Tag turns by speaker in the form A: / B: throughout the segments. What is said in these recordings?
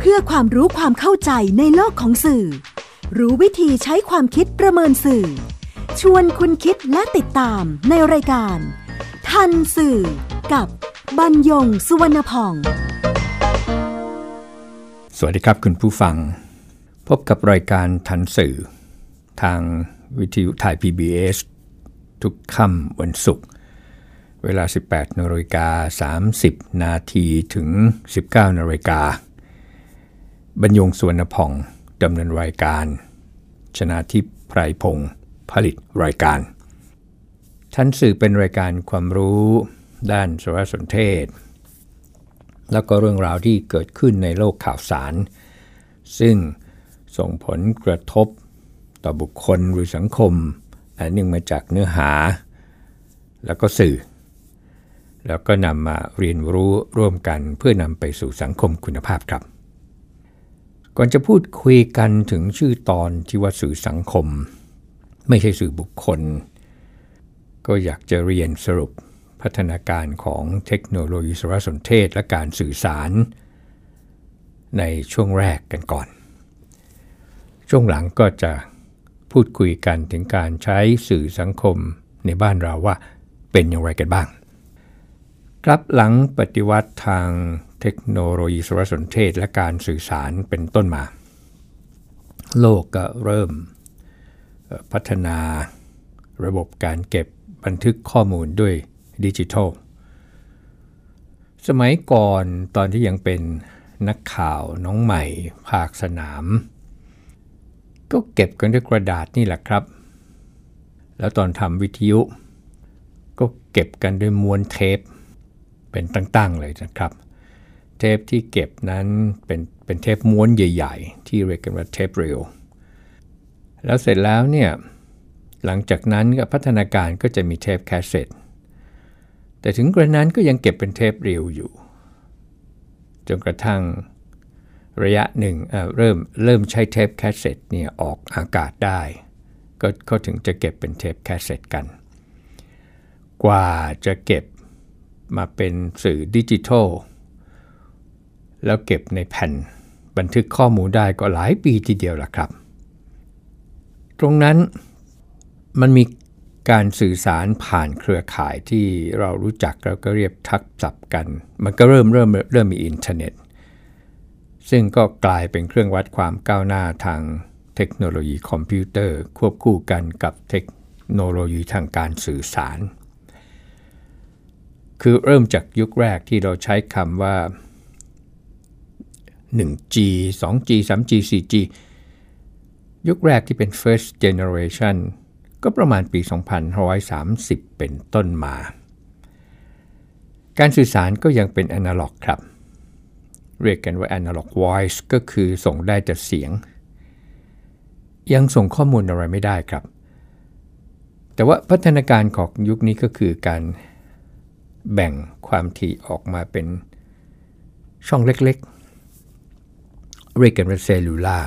A: พื่อความรู้ความเข้าใจในโลกของสื่อรู้วิธีใช้ความคิดประเมินสื่อชวนคุณคิดและติดตามในรายการทันสื่อกับบรรยงสุวรรณพอง
B: สวัสดีครับคุณผู้ฟังพบกับรายการทันสื่อทางวิทยุไทย PBS ทุกค่ำวันศุกร์เวลา 18:30 น.ถึง 19:00 น.บรรยงสุวรรณพองดำเนินรายการชนาทิพย์ไพรพงศ์ผลิตรายการทันสื่อเป็นรายการความรู้ด้านสารสนเทศแล้วก็เรื่องราวที่เกิดขึ้นในโลกข่าวสารซึ่งส่งผลกระทบต่อบุคคลหรือสังคมอันเนื่องมาจากเนื้อหาแล้วก็สื่อแล้วก็นำมาเรียนรู้ร่วมกันเพื่อนำไปสู่สังคมคุณภาพครับก่อนจะพูดคุยกันถึงชื่อตอนที่ว่าสื่อสังคมไม่ใช่สื่อบุคคลก็อยากจะเรียนสรุปพัฒนาการของเทคโนโลยีสารสนเทศและการสื่อสารในช่วงแรกกันก่อนช่วงหลังก็จะพูดคุยกันถึงการใช้สื่อสังคมในบ้านเราว่าเป็นอย่างไรกันบ้างครับหลังปฏิวัติทางเทคโนโลยีสารสนเทศและการสื่อสารเป็นต้นมาโลกก็เริ่มพัฒนาระบบการเก็บบันทึกข้อมูลด้วยดิจิทัลสมัยก่อนตอนที่ยังเป็นนักข่าวน้องใหม่ภาคสนามก็เก็บกันด้วยกระดาษนี่แหละครับแล้วตอนทำวิทยุก็เก็บกันด้วยม้วนเทปเป็นตั้งๆเลยนะครับเทปที่เก็บนั้นเป็นเทปม้วนใหญ่ๆที่เรียกกันว่าเทปเรลแล้วเสร็จแล้วเนี่ยหลังจากนั้นก็พัฒนาการก็จะมีเทปแคสเซ็ตแต่ถึงกระนั้นก็ยังเก็บเป็นเทปเรลอยู่จนกระทั่งระยะหนึ่งเริ่มใช้เทปแคสเซ็ตเนี่ยออกอากาศได้ก็ถึงจะเก็บเป็นเทปแคสเซ็ตกันกว่าจะเก็บมาเป็นสื่อดิจิทัลแล้วเก็บในแผ่นบันทึกข้อมูลได้ก็หลายปีทีเดียวล่ะครับตรงนั้นมันมีการสื่อสารผ่านเครือข่ายที่เรารู้จักแล้วก็เรียกทักศัพท์กันมันก็เริ่มมีอินเทอร์เน็ตซึ่งก็กลายเป็นเครื่องวัดความก้าวหน้าทางเทคโนโลยีคอมพิวเตอร์ควบคู่กันกับเทคโนโลยีทางการสื่อสารคือเริ่มจากยุคแรกที่เราใช้คำว่า 1G 2G 3G 4G ยุคแรกที่เป็น first generation ก็ประมาณปี2530เป็นต้นมาการสื่อสารก็ยังเป็นอนาล็อกครับเรียกกันว่า analog voice ก็คือส่งได้แต่เสียงยังส่งข้อมูลอะไรไม่ได้ครับแต่ว่าพัฒนาการของยุคนี้ก็คือการแบ่งความถี่ออกมาเป็นช่องเล็กๆเรียกกันว่าเซลลูล่า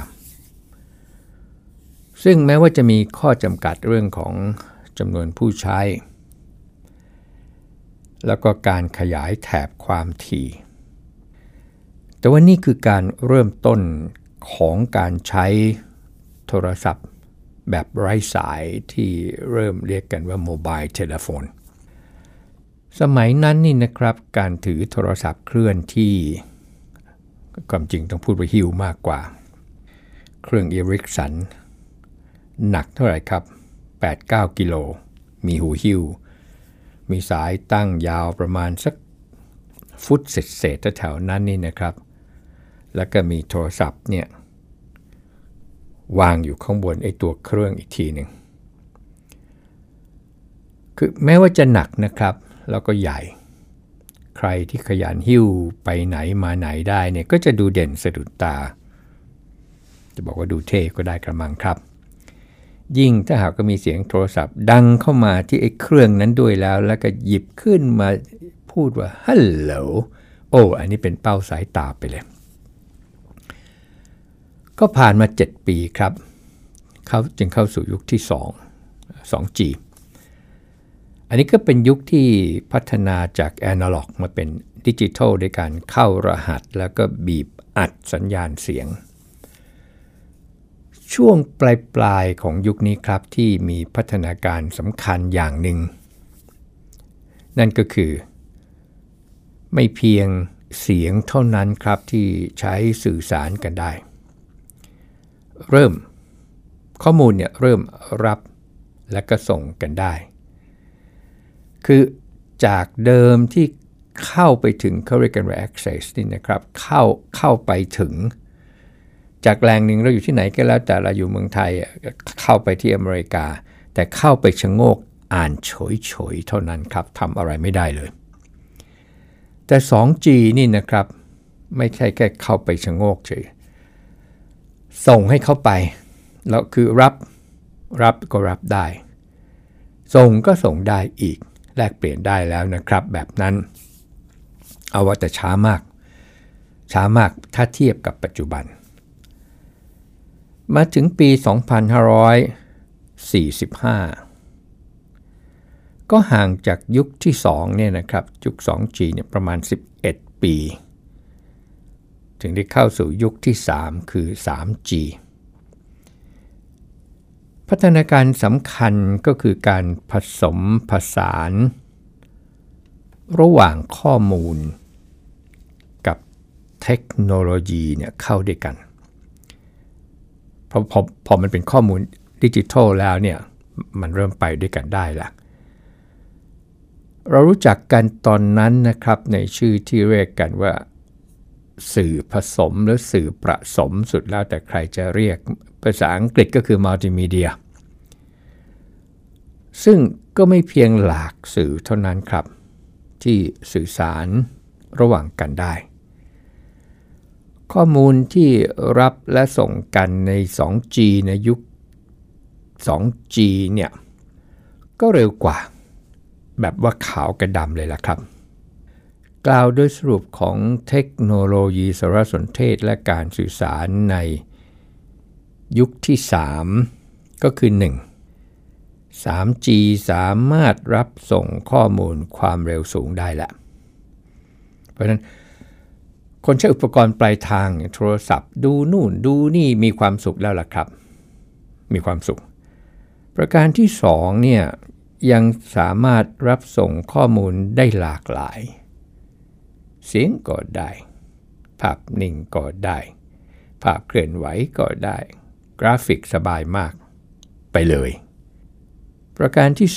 B: ซึ่งแม้ว่าจะมีข้อจำกัดเรื่องของจำนวนผู้ใช้แล้วก็การขยายแถบความถี่แต่ว่านี่คือการเริ่มต้นของการใช้โทรศัพท์แบบไร้สายที่เริ่มเรียกกันว่าโมบายเทเลโฟนสมัยนั้นนี่นะครับการถือโทรศัพท์เคลื่อนที่ความจริงต้องพูดว่าหิ้วมากกว่าเครื่องอีริกสันหนักเท่าไหร่ครับ 8-9 กิโลมีหูหิ้วมีสายตั้งยาวประมาณสักฟุตเศษๆแถวๆนั้นนี่นะครับแล้วก็มีโทรศัพท์เนี่ยวางอยู่ข้างบนไอ้ตัวเครื่องอีกทีหนึ่งคือแม้ว่าจะหนักนะครับแล้วก็ใหญ่ใครที่ขยันหิ้วไปไหนมาไหนได้เนี่ยก็จะดูเด่นสะดุดตาจะบอกว่าดูเท่ก็ได้กระมังครับยิ่งถ้าหากก็มีเสียงโทรศัพท์ดังเข้ามาที่ไอ้เครื่องนั้นด้วยแล้วก็หยิบขึ้นมาพูดว่าฮัลโหลโอ้อันนี้เป็นเป้าสายตาไปเลยก็ผ่านมา7ปีครับเขาจึงเข้าสู่ยุคที่2G อันนี้ก็เป็นยุคที่พัฒนาจากแอนะล็อกมาเป็นดิจิทัลด้วยการเข้ารหัสแล้วก็บีบอัดสัญญาณเสียงช่วงปลายของยุคนี้ครับที่มีพัฒนาการสำคัญอย่างหนึ่งนั่นก็คือไม่เพียงเสียงเท่านั้นครับที่ใช้สื่อสารกันได้ข้อมูลเนี่ยเริ่มรับและก็ส่งกันได้คือจากเดิมที่เข้าไปถึงเขาเรียกกันว่า access นี่นะครับเข้าไปถึงจากแหล่งหนึ่งเราอยู่ที่ไหนก็แล้วแต่เราอยู่เมืองไทยเข้าไปที่อเมริกาแต่เข้าไปชะโงกอ่านเฉยๆเท่านั้นครับทำอะไรไม่ได้เลยแต่ 2G นี่นะครับไม่ใช่แค่เข้าไปชะโงกเฉยส่งให้เข้าไปแล้วคือรับก็รับได้ส่งก็ส่งได้อีกแลกเปลี่ยนได้แล้วนะครับแบบนั้นเอาว่าแต่ช้ามากถ้าเทียบกับปัจจุบันมาถึงปี 2545 ก็ห่างจากยุคที่2เนี่ยนะครับยุค 2G เนี่ยประมาณ11 ปีถึงได้เข้าสู่ยุคที่3คือ 3G พัฒนาการสำคัญก็คือการผสมผสานระหว่างข้อมูลกับเทคโนโลยีเนี่ยเข้าด้วยกันพอมันเป็นข้อมูลดิจิทัลแล้วเนี่ยมันเริ่มไปด้วยกันได้ละเรารู้จักกันตอนนั้นนะครับในชื่อที่เรียกกันว่าสื่อผสมหรือสื่อผสมสุดแล้วแต่ใครจะเรียกภาษาอังกฤษก็คือมัลติมีเดียซึ่งก็ไม่เพียงหลากสื่อเท่านั้นครับที่สื่อสารระหว่างกันได้ข้อมูลที่รับและส่งกันใน 2G ในยุค 2G เนี่ยก็เร็วกว่าแบบว่าขาวกับดำเลยล่ะครับกล่าวโดยสรุปของเทคโนโลยีสารสนเทศและการสื่อสารในยุคที่3ก็คือ 3G สามารถรับส่งข้อมูลความเร็วสูงได้แล้วเพราะฉะนั้นคนใช้อุปกรณ์ปลายทางโทรศัพท์ดูนู่นดูนี่มีความสุขแล้วล่ะครับมีความสุขประการที่2เนี่ยยังสามารถรับส่งข้อมูลได้หลากหลายเสียงก็ได้ภาพนิ่งก็ได้ภาพเคลื่อนไหวก็ได้กราฟิกสบายมากไปเลยประการที่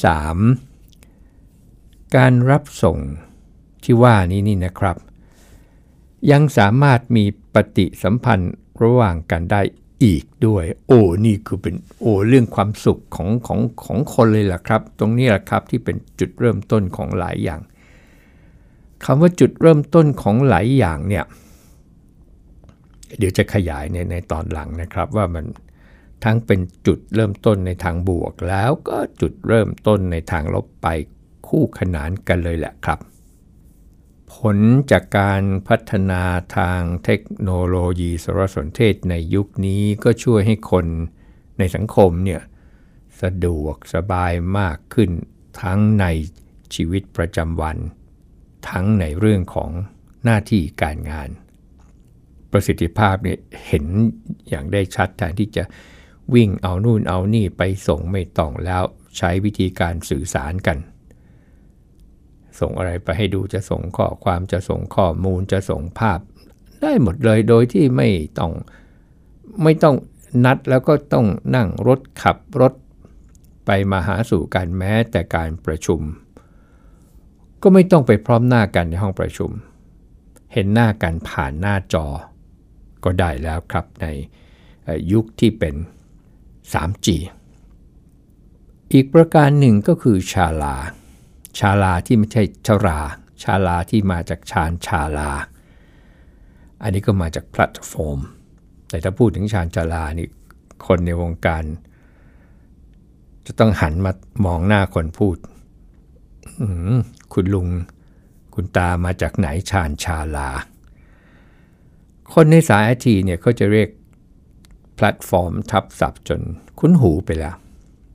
B: 3การรับส่งที่ว่านี้นี่นะครับยังสามารถมีปฏิสัมพันธ์ระหว่างกันได้อีกด้วยนี่คือเป็นเรื่องความสุขของคนเลยล่ะครับตรงนี้แหละครับที่เป็นจุดเริ่มต้นของหลายอย่างคำว่าจุดเริ่มต้นของหลายอย่างเนี่ยเดี๋ยวจะขยายในตอนหลังนะครับว่ามันทั้งเป็นจุดเริ่มต้นในทางบวกแล้วก็จุดเริ่มต้นในทางลบไปคู่ขนานกันเลยแหละครับผลจากการพัฒนาทางเทคโนโลยีสารสนเทศในยุคนี้ก็ช่วยให้คนในสังคมเนี่ยสะดวกสบายมากขึ้นทั้งในชีวิตประจำวันทั้งในเรื่องของหน้าที่การงานประสิทธิภาพเนี่ยเห็นอย่างได้ชัดแทนที่จะวิ่งเอานู่นเอานี่ไปส่งไม่ต้องแล้วใช้วิธีการสื่อสารกันส่งอะไรไปให้ดูจะส่งข้อความจะส่งข้อมูลจะส่งภาพได้หมดเลยโดยที่ไม่ต้องนัดแล้วก็ต้องนั่งรถขับรถไปมาหาสู่กันแม้แต่การประชุมก็ไม่ต้องไปพร้อมหน้ากันในห้องประชุมเห็นหน้ากันผ่านหน้าจอก็ได้แล้วครับในยุคที่เป็น 3G อีกประการหนึ่งก็คือชาลาที่ไม่ใช่ชาลาที่มาจากชาลาอันนี้ก็มาจากแพลตฟอร์มแต่ถ้าพูดถึงชาลานี่คนในวงการจะต้องหันมามองหน้าคนพูดคุณลุงคุณตามาจากไหนชาลาคนในสาย IT เนี่ยเขาจะเรียกแพลตฟอร์มทับศัพท์จนคุ้นหูไปแล้ว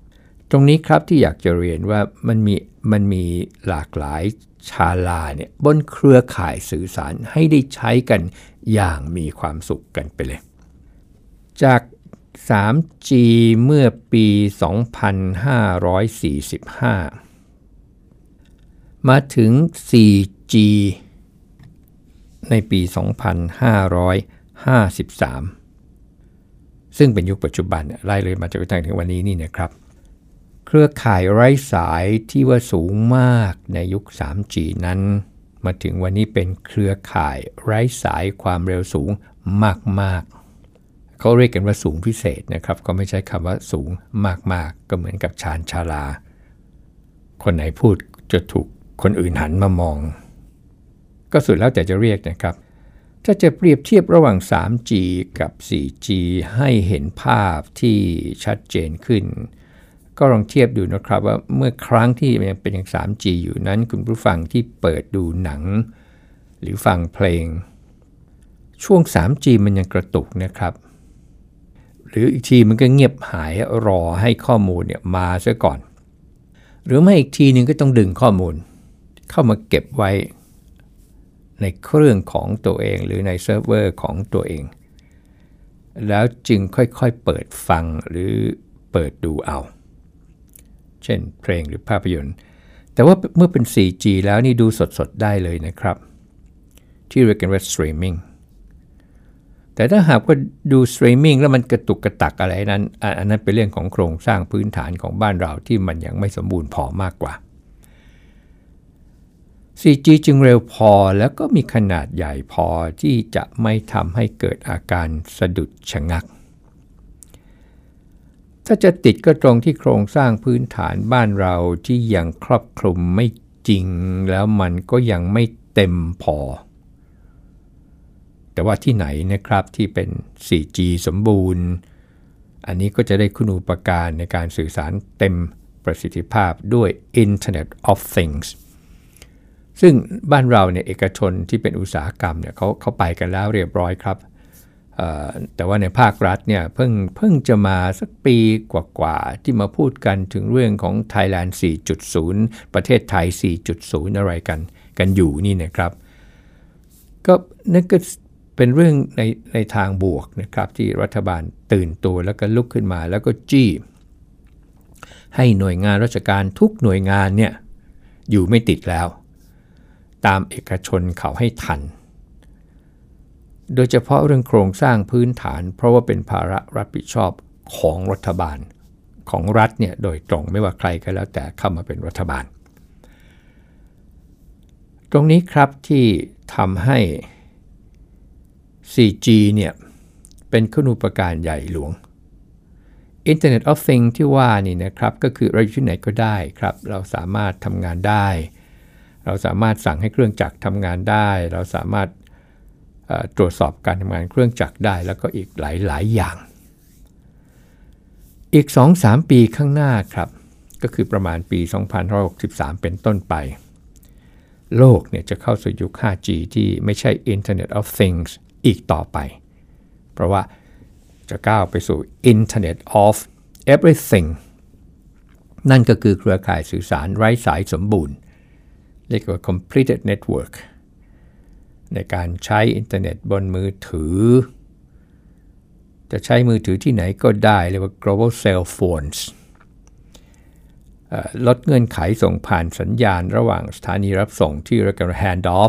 B: ตรงนี้ครับที่อยากจะเรียนว่ามันมีหลากหลายชาลาเนี่ยบนเครือข่ายสื่อสารให้ได้ใช้กันอย่างมีความสุขกันไปเลยจาก 3G เมื่อปี 2545 มาถึง 4G ในปี 2553 ซึ่งเป็นยุคปัจจุบันไล่เลยมาจนกระทั่งถึงวันนี้นี่นะครับเครือข่ายไร้สายที่ว่าสูงมากในยุค 3G นั้นมาถึงวันนี้เป็นเครือข่ายไร้สายความเร็วสูงมากๆเขาเรียกกันว่าสูงพิเศษนะครับก็ไม่ใช่คำว่าสูงมากๆก็เหมือนกับชานชาลาคนไหนพูดจะถูกคนอื่นหันมามองก็สุดแล้วแต่จะเรียกนะครับถ้าจะเปรียบเทียบระหว่าง 3G กับ 4G ให้เห็นภาพที่ชัดเจนขึ้นก็ลองเทียบดูนะครับว่าเมื่อครั้งที่ยังเป็นอย่าง 3G อยู่นั้นคุณผู้ฟังที่เปิดดูหนังหรือฟังเพลงช่วง 3G มันยังกระตุกนะครับหรืออีกทีมันก็เงียบหายรอให้ข้อมูลเนี่ยมาซะก่อนหรือไม่อีกทีนึงก็ต้องดึงข้อมูลเข้ามาเก็บไว้ในเครื่องของตัวเองหรือในเซิร์ฟเวอร์ของตัวเองแล้วจึงค่อยๆเปิดฟังหรือเปิดดูเอาเช่นเพลงหรือภาพยนตร์แต่ว่าเมื่อเป็น 4G แล้วนี่ดูสดๆได้เลยนะครับที่เรียกกันว่า streaming แต่ถ้าหากว่าดูสตรีมมิ่งแล้วมันกระตุกกระตักอะไรนั้นอันนั้นเป็นเรื่องของโครงสร้างพื้นฐานของบ้านเราที่มันยังไม่สมบูรณ์พอมากกว่า 4G จึงเร็วพอแล้วก็มีขนาดใหญ่พอที่จะไม่ทำให้เกิดอาการสะดุดชะงักถ้าจะติดก็ตรงที่โครงสร้างพื้นฐานบ้านเราที่ยังครอบคลุมไม่จริงแล้วมันก็ยังไม่เต็มพอแต่ว่าที่ไหนนะครับที่เป็น 4G สมบูรณ์อันนี้ก็จะได้คุณูปการในการสื่อสารเต็มประสิทธิภาพด้วย Internet of Things ซึ่งบ้านเราเนี่ยเอกชนที่เป็นอุตสาหกรรมเนี่ยเขาไปกันแล้วเรียบร้อยครับแต่ว่าในภาครัฐเนี่ยเพิ่งจะมาสักปีกว่าๆที่มาพูดกันถึงเรื่องของ Thailand 4.0 ประเทศไทย 4.0 อะไรกันอยู่นี่นะครับก็นั่นก็เป็นเรื่องในทางบวกนะครับที่รัฐบาลตื่นตัวแล้วก็ลุกขึ้นมาแล้วก็จี้ให้หน่วยงานราชการทุกหน่วยงานเนี่ยอยู่ไม่ติดแล้วตามเอกชนเขาให้ทันโดยเฉพาะเรื่องโครงสร้างพื้นฐานเพราะว่าเป็นภาระรับผิดชอบของรัฐบาลของรัฐเนี่ยโดยตรงไม่ว่าใครก็แล้วแต่เข้ามาเป็นรัฐบาลตรงนี้ครับที่ทำให้ 4G เนี่ยเป็นคุณูปการใหญ่หลวง Internet of Things ที่ว่านี่นะครับก็คือเราอยู่ที่ไหนก็ได้ครับเราสามารถทำงานได้เราสามารถสั่งให้เครื่องจักรทำงานได้เราสามารถตรวจสอบการทำงานเครื่องจักรได้แล้วก็อีกหลายอย่างอีก 2-3 ปีข้างหน้าครับก็คือประมาณปี2563เป็นต้นไปโลกเนี่ยจะเข้าสู่ยุค 5G ที่ไม่ใช่ Internet of Things อีกต่อไปเพราะว่าจะก้าวไปสู่ Internet of Everything นั่นก็คือเครือข่ายสื่อสารไร้สายสมบูรณ์เรียกว่า completed network ในการใช้อินเทอร์เน็ตบนมือถือจะใช้มือถือที่ไหนก็ได้เรียกว่า global cell phones ลดเงื่อนไขส่งผ่านสัญญาณระหว่างสถานีรับส่งที่เรียกว่า hand off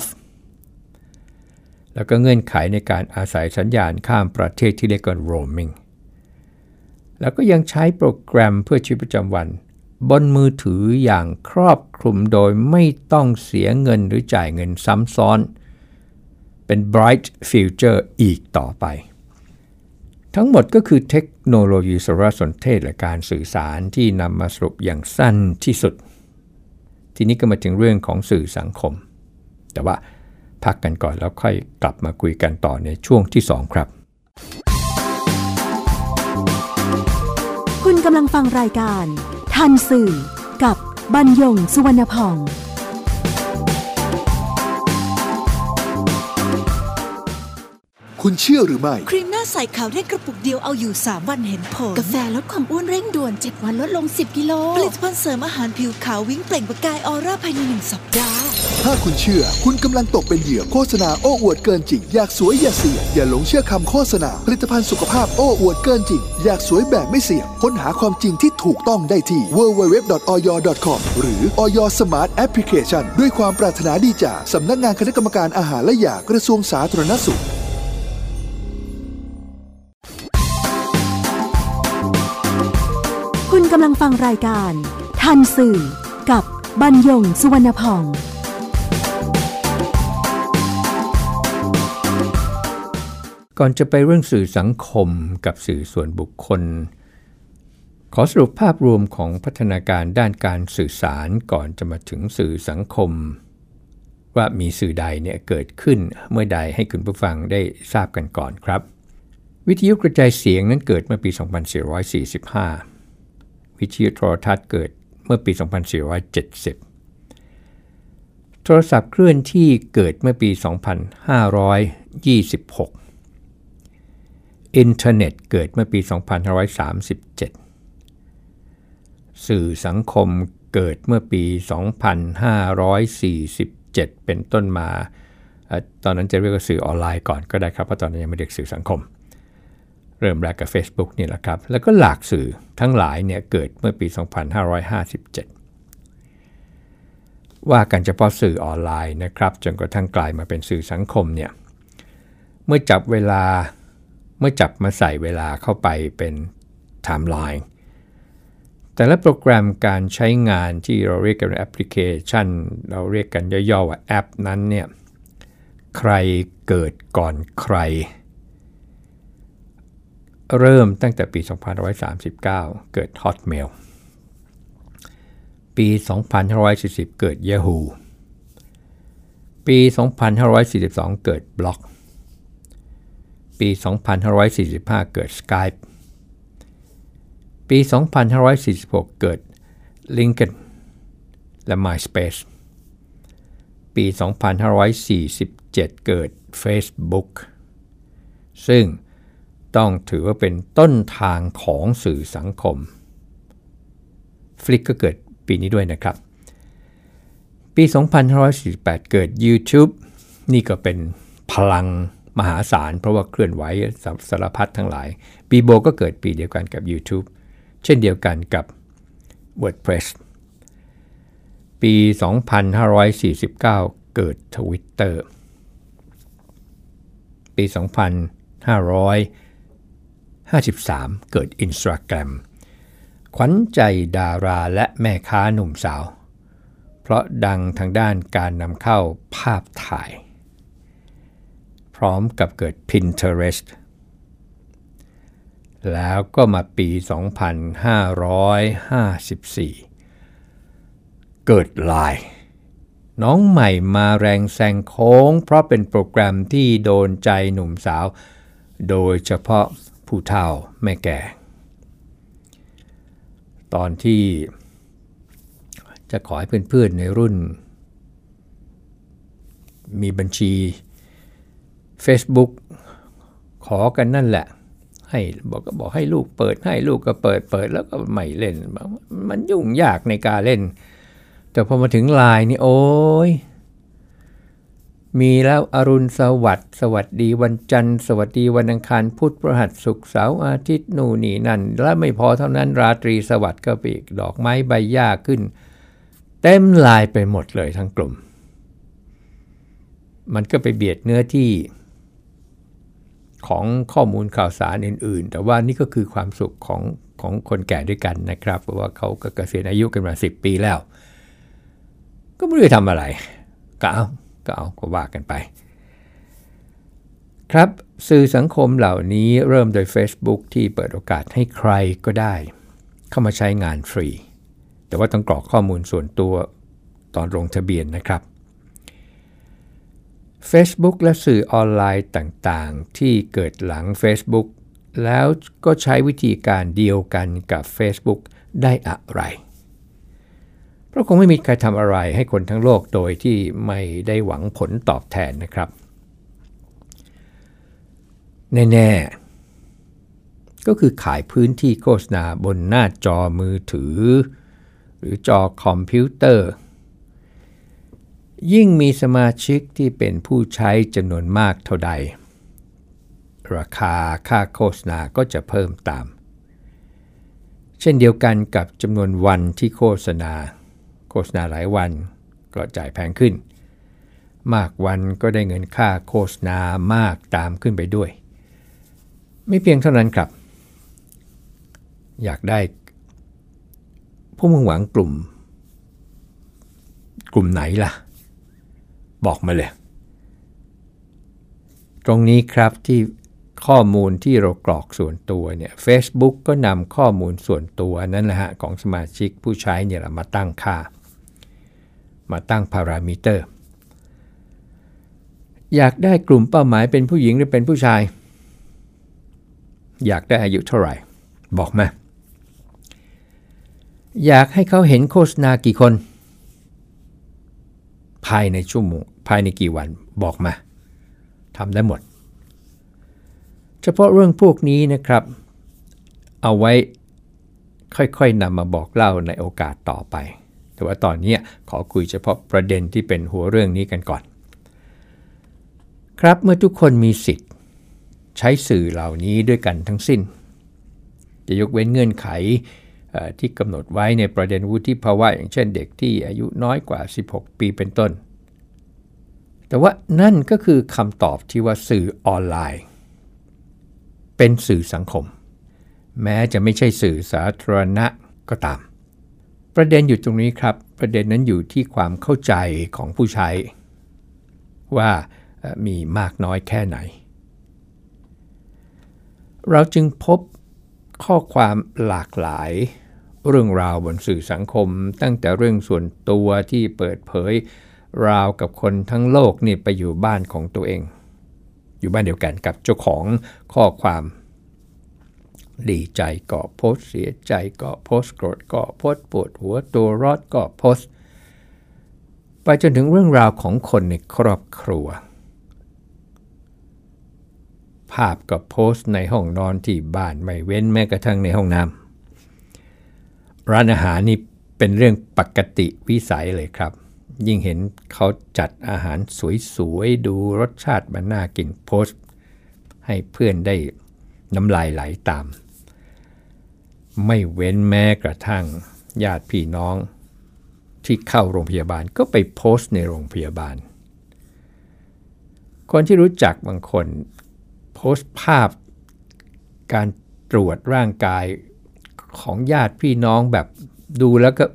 B: แล้วก็เงื่อนไขในการอาศัยสัญญาณข้ามประเทศที่เรียกว่า roaming แล้วก็ยังใช้โปรแกรมเพื่อชีวิตประจำวันบนมือถืออย่างครอบคลุมโดยไม่ต้องเสียเงินหรือจ่ายเงินซ้ำซ้อนเป็น bright future อีกต่อไปทั้งหมดก็คือเทคโนโลยีสารสนเทศและการสื่อสารที่นำมาสรุปอย่างสั้นที่สุดทีนี้ก็มาถึงเรื่องของสื่อสังคมแต่ว่าพักกันก่อนแล้วค่อยกลับมาคุยกันต่อในช่วงที่2ครับ
A: คุณกำลังฟังรายการทันสื่อกับบรรยงสุวรรณพอง
C: คุคุณเชื่อหรือไม่
D: ครีมหน้าใสขาวเร่งกระปุกเดียวเอาอยู่3วันเห็นผล
E: กาแฟลดความอ้วนเร่งด่วน7วันลดลง10 กิโล
D: ผลิตภัณฑ์เสริมอาหารผิวขาววิ่งเปล่งประกายออร่าภายใน1 สัปดาห์
C: ถ้าคุณเชื่อคุณกำลังตกเป็นเหยื่อโฆษณาโอ้อวดเกินจริงอยากสวยอย่าเสี่ยงอย่าหลงเชื่อคำโฆษณาผลิตภัณฑ์สุขภาพโอ้อวดเกินจริงอยากสวยแบบไม่เสี่ยงค้นหาความจริงที่ถูกต้องได้ที่ www.oyo.com หรือ Oyo Smart Application ด้วยความปรารถนาดีจากสำนักงานคณะกรรมการอาหารและยากระทรวงสาธารณสุข
A: คุณกำลังฟังรายการทันสื่อกับบรรยงสุวรรณพอง
B: ก่อนจะไปเรื่องสื่อสังคมกับสื่อส่วนบุคคลขอสรุปภาพรวมของพัฒนาการด้านการสื่อสารก่อนจะมาถึงสื่อสังคมว่ามีสื่อใดเนี่ยเกิดขึ้นเมื่อใดให้คุณผู้ฟังได้ทราบกันก่อนครับวิทยุกระจายเสียงนั้นเกิดเมื่อปี 2445 วิทยุโทรทัศน์เกิดเมื่อปี 2470 โทรศัพท์เคลื่อนที่เกิดเมื่อปี 2526 อินเทอร์เน็ตเกิดเมื่อปี 2537 สื่อสังคมเกิดเมื่อปี 2547 เป็นต้นมาตอนนั้นจะเรียกว่าสื่อออนไลน์ก่อนก็ได้ครับเพราะตอนนั้นยังไม่เรียกสื่อสังคมเริ่มแรกกับ Facebook นี่แหละครับแล้วก็หลากสื่อทั้งหลายเนี่ยเกิดเมื่อปี 2557 ว่ากันเฉพาะสื่อออนไลน์นะครับจนกระทั่งกลายมาเป็นสื่อสังคมเนี่ยเมื่อจับมาใส่เวลาเข้าไปเป็นไทม์ไลน์แต่ละโปรแกรมการใช้งานที่เราเรียกกันแอปพลิเคชันเราเรียกกันย่อๆว่าแอปนั้นเนี่ยใครเกิดก่อนใครเริ่มตั้งแต่ปี 2539 เกิด Hotmail ปี 2540 เกิด Yahoo ปี 2542 เกิด Blog ปี 2545 เกิด Skype ปี 2546 เกิด LinkedIn และ MySpace ปี 2547 เกิด Facebook ซึ่งต้องถือว่าเป็นต้นทางของสื่อสังคม Flick ก็เกิดปีนี้ด้วยนะครับปี 2548 เกิด YouTube นี่ก็เป็นพลังมหาศาลเพราะว่าเคลื่อนไหวสารพัดทั้งหลายบีโบก็เกิดปีเดียวกันกับ YouTube เช่นเดียวกันกับ WordPress ปี 2549 เกิด Twitter ปี 2553 เกิด Instagram ขวัญใจดาราและแม่ค้าหนุ่มสาวเพราะดังทางด้านการนำเข้าภาพถ่ายพร้อมกับเกิด Pinterest แล้วก็มาปี 2554 เกิด Line น้องใหม่มาแรงแซงโค้งเพราะเป็นโปรแกรมที่โดนใจหนุ่มสาวโดยเฉพาะผู้เฒ่าแม่แก่ตอนที่จะขอให้เพื่อนๆในรุ่นมีบัญชี Facebook ขอกันนั่นแหละให้บอกให้ลูกเปิดให้ลูกก็เปิดแล้วก็ไม่เล่นมันยุ่งยากในการเล่นแต่พอมาถึง LINE นี่โอ้ยมีแล้วอรุณสวัสดีวันจันทร์สวัสดีวันอังคารพุธพฤหัสศุกร์เสาร์อาทิตย์นู่นนี่นั่นและไม่พอเท่านั้นราตรีสวัสดิ์ก็ไปอีกดอกไม้ใบหญ้าขึ้นเต็มลายไปหมดเลยทั้งกลุ่มมันก็ไปเบียดเนื้อที่ของข้อมูลข่าวสารอื่นๆแต่ว่านี่ก็คือความสุขของคนแก่ด้วยกันนะครับเพราะว่าเขาก็เกษียณอายุกันมา10 ปีแล้วก็ไม่รู้จะทำอะไรก็ว่ากันไปครับสื่อสังคมเหล่านี้เริ่มโดย Facebook ที่เปิดโอกาสให้ใครก็ได้เข้ามาใช้งานฟรีแต่ว่าต้องกรอกข้อมูลส่วนตัวตอนลงทะเบียนนะครับ Facebook และสื่อออนไลน์ต่างๆที่เกิดหลัง Facebook แล้วก็ใช้วิธีการเดียวกันกับ Facebook ได้อะไรเพราะคงไม่มีใครทำอะไรให้คนทั้งโลกโดยที่ไม่ได้หวังผลตอบแทนนะครับแน่ๆก็คือขายพื้นที่โฆษณาบนหน้าจอมือถือหรือจอคอมพิวเตอร์ยิ่งมีสมาชิกที่เป็นผู้ใช้จำนวนมากเท่าใดราคาค่าโฆษณาก็จะเพิ่มตามเช่นเดียวกันกับจำนวนวันที่โฆษณาหลายวันก็จ่ายแพงขึ้นมากวันก็ได้เงินค่าโฆษณามากตามขึ้นไปด้วยไม่เพียงเท่านั้นครับอยากได้ผู้มุ่งหวังกลุ่มไหนล่ะบอกมาเลยตรงนี้ครับที่ข้อมูลที่เรากรอกส่วนตัวเนี่ย Facebook ก็นำข้อมูลส่วนตัวนั้นแหละฮะของสมาชิกผู้ใช้เนี่ยมาตั้งค่ามาตั้งพารามิเตอร์อยากได้กลุ่มเป้าหมายเป็นผู้หญิงหรือเป็นผู้ชายอยากได้อายุเท่าไหร่บอกมาอยากให้เขาเห็นโฆษณากี่คนภายในชั่วโมงภายในกี่วันบอกมาทำได้หมดเฉพาะเรื่องพวกนี้นะครับเอาไว้ค่อยๆนำมาบอกเล่าในโอกาสต่อไปแต่ว่าตอนนี้ขอคุยเฉพาะประเด็นที่เป็นหัวเรื่องนี้กันก่อนครับเมื่อทุกคนมีสิทธิ์ใช้สื่อเหล่านี้ด้วยกันทั้งสิ้นจะยกเว้นเงื่อนไขที่กำหนดไว้ในประเด็นวุฒิภาวะอย่างเช่นเด็กที่อายุน้อยกว่า16ปีเป็นต้นแต่ว่านั่นก็คือคำตอบที่ว่าสื่อออนไลน์เป็นสื่อสังคมแม้จะไม่ใช่สื่อสาธารณะก็ตามประเด็นอยู่ตรงนี้ครับประเด็นนั้นอยู่ที่ความเข้าใจของผู้ใช้ว่ามีมากน้อยแค่ไหนเราจึงพบข้อความหลากหลายเรื่องราวบนสื่อสังคมตั้งแต่เรื่องส่วนตัวที่เปิดเผยราวกับคนทั้งโลกนี่ไปอยู่บ้านของตัวเองอยู่บ้านเดียวกันกับเจ้าของข้อความดีใจก็โพสต์เสียใจก็โพสต์โกรธก็โพสต์ปวดหัวตัวร้อนก็โพสต์ไปจนถึงเรื่องราวของคนในครอบครัวภาพก็โพสต์ในห้องนอนที่บ้านไม่เว้นแม้กระทั่งในห้องน้ำร้านอาหารนี่เป็นเรื่องปกติวิสัยเลยครับยิ่งเห็นเขาจัดอาหารสวยๆดูรสชาติมันน่ากินโพสต์ให้เพื่อนได้น้ำลายไหลตามไม่เว้นแม้กระทั่งญาติพี่น้องที่เข้าโรงพยาบาลก็ไปโพสต์ในโรงพยาบาลคนที่รู้จักบางคนโพสต์ภาพการตรวจร่างกายของญาติพี่น้องแบบดูแล้วก็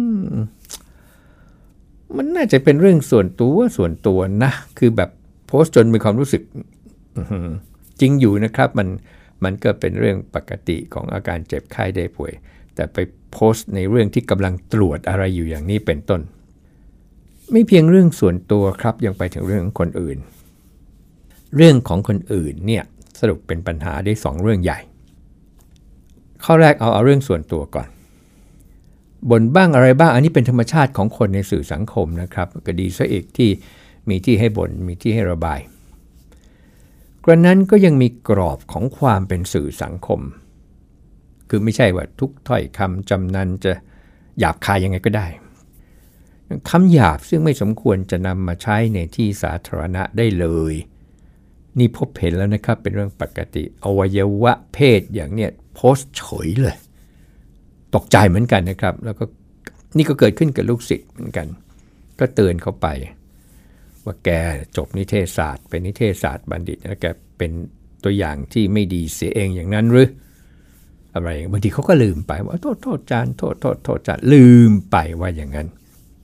B: มันน่าจะเป็นเรื่องส่วนตัวนะคือแบบโพสต์จนมีความรู้สึกจริงอยู่นะครับมันก็เป็นเรื่องปกติของอาการเจ็บไข้ได้ป่วยแต่ไปโพสต์ในเรื่องที่กำลังตรวจอะไรอยู่อย่างนี้เป็นต้นไม่เพียงเรื่องส่วนตัวครับยังไปถึงเรื่องของคนอื่นเรื่องของคนอื่นเนี่ยสรุปเป็นปัญหาได้2เรื่องใหญ่ข้อแรกเอาเรื่องส่วนตัวก่อนบ่นบ้างอะไรบ้างอันนี้เป็นธรรมชาติของคนในสื่อสังคมนะครับก็ดีซะอีกที่มีที่ให้บ่นมีที่ให้ระบายกระนั้นก็ยังมีกรอบของความเป็นสื่อสังคมคือไม่ใช่ว่าทุกถ้อยคำจำนันจะหยาบคายยังไงก็ได้คำหยาบซึ่งไม่สมควรจะนำมาใช้ในที่สาธารณะได้เลยนี่พบเห็นแล้วนะครับเป็นเรื่องปกติอวัยวะเพศอย่างเนี้ยโพสต์เฉยเลยตกใจเหมือนกันนะครับแล้วก็นี่ก็เกิดขึ้นกับลูกศิษย์เหมือนกันก็เตือนเขาไปว่าแกจบนิเทศศาสตร์เป็นนิเทศศาสตร์บัณฑิตแล้วแกเป็นตัวอย่างที่ไม่ดีเสียเองอย่างนั้นหรืออะไรบางทีเขาก็ลืมไปว่าโทษจานโทษจานลืมไปว่าอย่างนั้น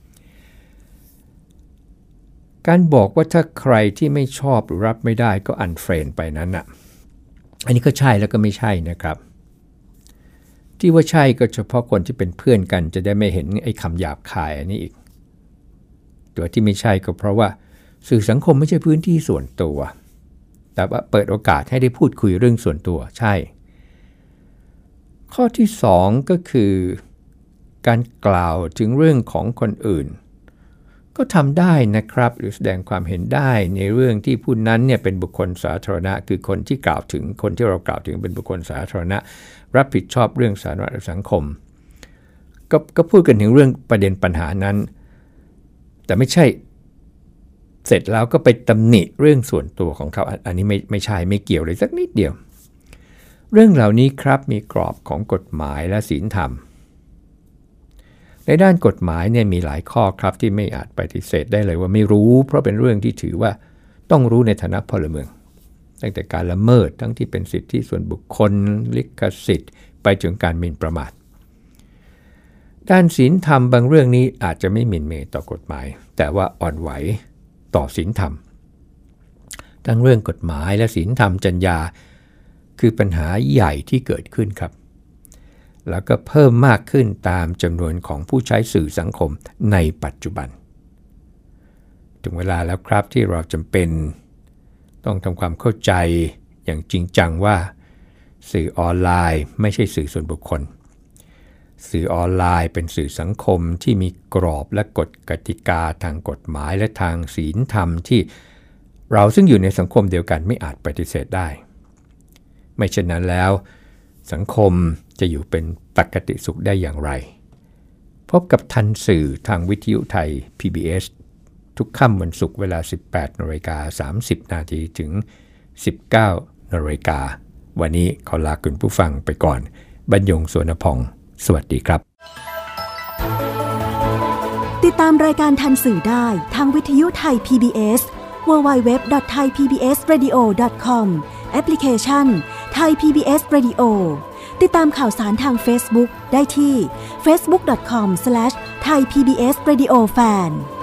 B: การบอกว่าถ้าใครที่ไม่ชอบหรือรับไม่ได้ก็อันเฟรนไปนั้นอ่ะอันนี้ก็ใช่แล้วก็ไม่ใช่นะครับที่ว่าใช่ก็เฉพาะคนที่เป็นเพื่อนกันจะได้ไม่เห็นไอ้คำหยาบคายอันนี้อีกตัวที่ไม่ใช่ก็เพราะว่าสื่อสังคมไม่ใช่พื้นที่ส่วนตัวแต่ว่าเปิดโอกาสให้ได้พูดคุยเรื่องส่วนตัวใช่ข้อที่2ก็คือการกล่าวถึงเรื่องของคนอื่นก็ทำได้นะครับหรือแสดงความเห็นได้ในเรื่องที่ผู้นั้นเนี่ยเป็นบุคคลสาธารณะคือคนที่กล่าวถึงคนที่เรากล่าวถึงเป็นบุคคลสาธารณะรับผิดชอบเรื่องสาธารณะสังคมก็พูดกันถึงเรื่องประเด็นปัญหานั้นแต่ไม่ใช่เสร็จแล้วก็ไปตำหนิเรื่องส่วนตัวของเขาอันนี้ไม่ใช่ไม่เกี่ยวเลยสักนิดเดียวเรื่องเหล่านี้ครับมีกรอบของกฎหมายและศีลธรรมในด้านกฎหมายเนี่ยมีหลายข้อครับที่ไม่อาจปฏิเสธได้เลยว่าไม่รู้เพราะเป็นเรื่องที่ถือว่าต้องรู้ในฐานะพลเมืองตั้งแต่การละเมิดทั้งที่เป็นสิทธิส่วนบุคคลลิขสิทธิ์ไปจนการหมิ่นประมาทด้านศีลธรรมบางเรื่องนี้อาจจะไม่หมิ่นเมย์ต่อกฎหมายแต่ว่าอ่อนไหวต่อศีลธรรมทั้งเรื่องกฎหมายและศีลธรรมจรรยาคือปัญหาใหญ่ที่เกิดขึ้นครับแล้วก็เพิ่มมากขึ้นตามจำนวนของผู้ใช้สื่อสังคมในปัจจุบันถึงเวลาแล้วครับที่เราจำเป็นต้องทำความเข้าใจอย่างจริงจังว่าสื่อออนไลน์ไม่ใช่สื่อส่วนบุคคลสื่อออนไลน์เป็นสื่อสังคมที่มีกรอบและกฎกติกาทางกฎหมายและทางศีลธรรมที่เราซึ่งอยู่ในสังคมเดียวกันไม่อาจปฏิเสธได้ไม่เช่นนั้นแล้วสังคมจะอยู่เป็นปกติสุขได้อย่างไรพบกับทันสื่อทางวิทยุไทย PBS ทุกค่ำวันศุกร์เวลา 18:30 น.ถึง 19:00 น.วันนี้ขอลาคุณผู้ฟังไปก่อนบรรยง สวนพองสวัสดีครับ
A: ติดตามรายการทันสื่อได้ทางวิทยุไทย PBS www.thaipbsradio.com แอปพลิเคชัน Thai PBS Radio ติดตามข่าวสารทาง Facebook ได้ที่ facebook.com/thaipbsradiofan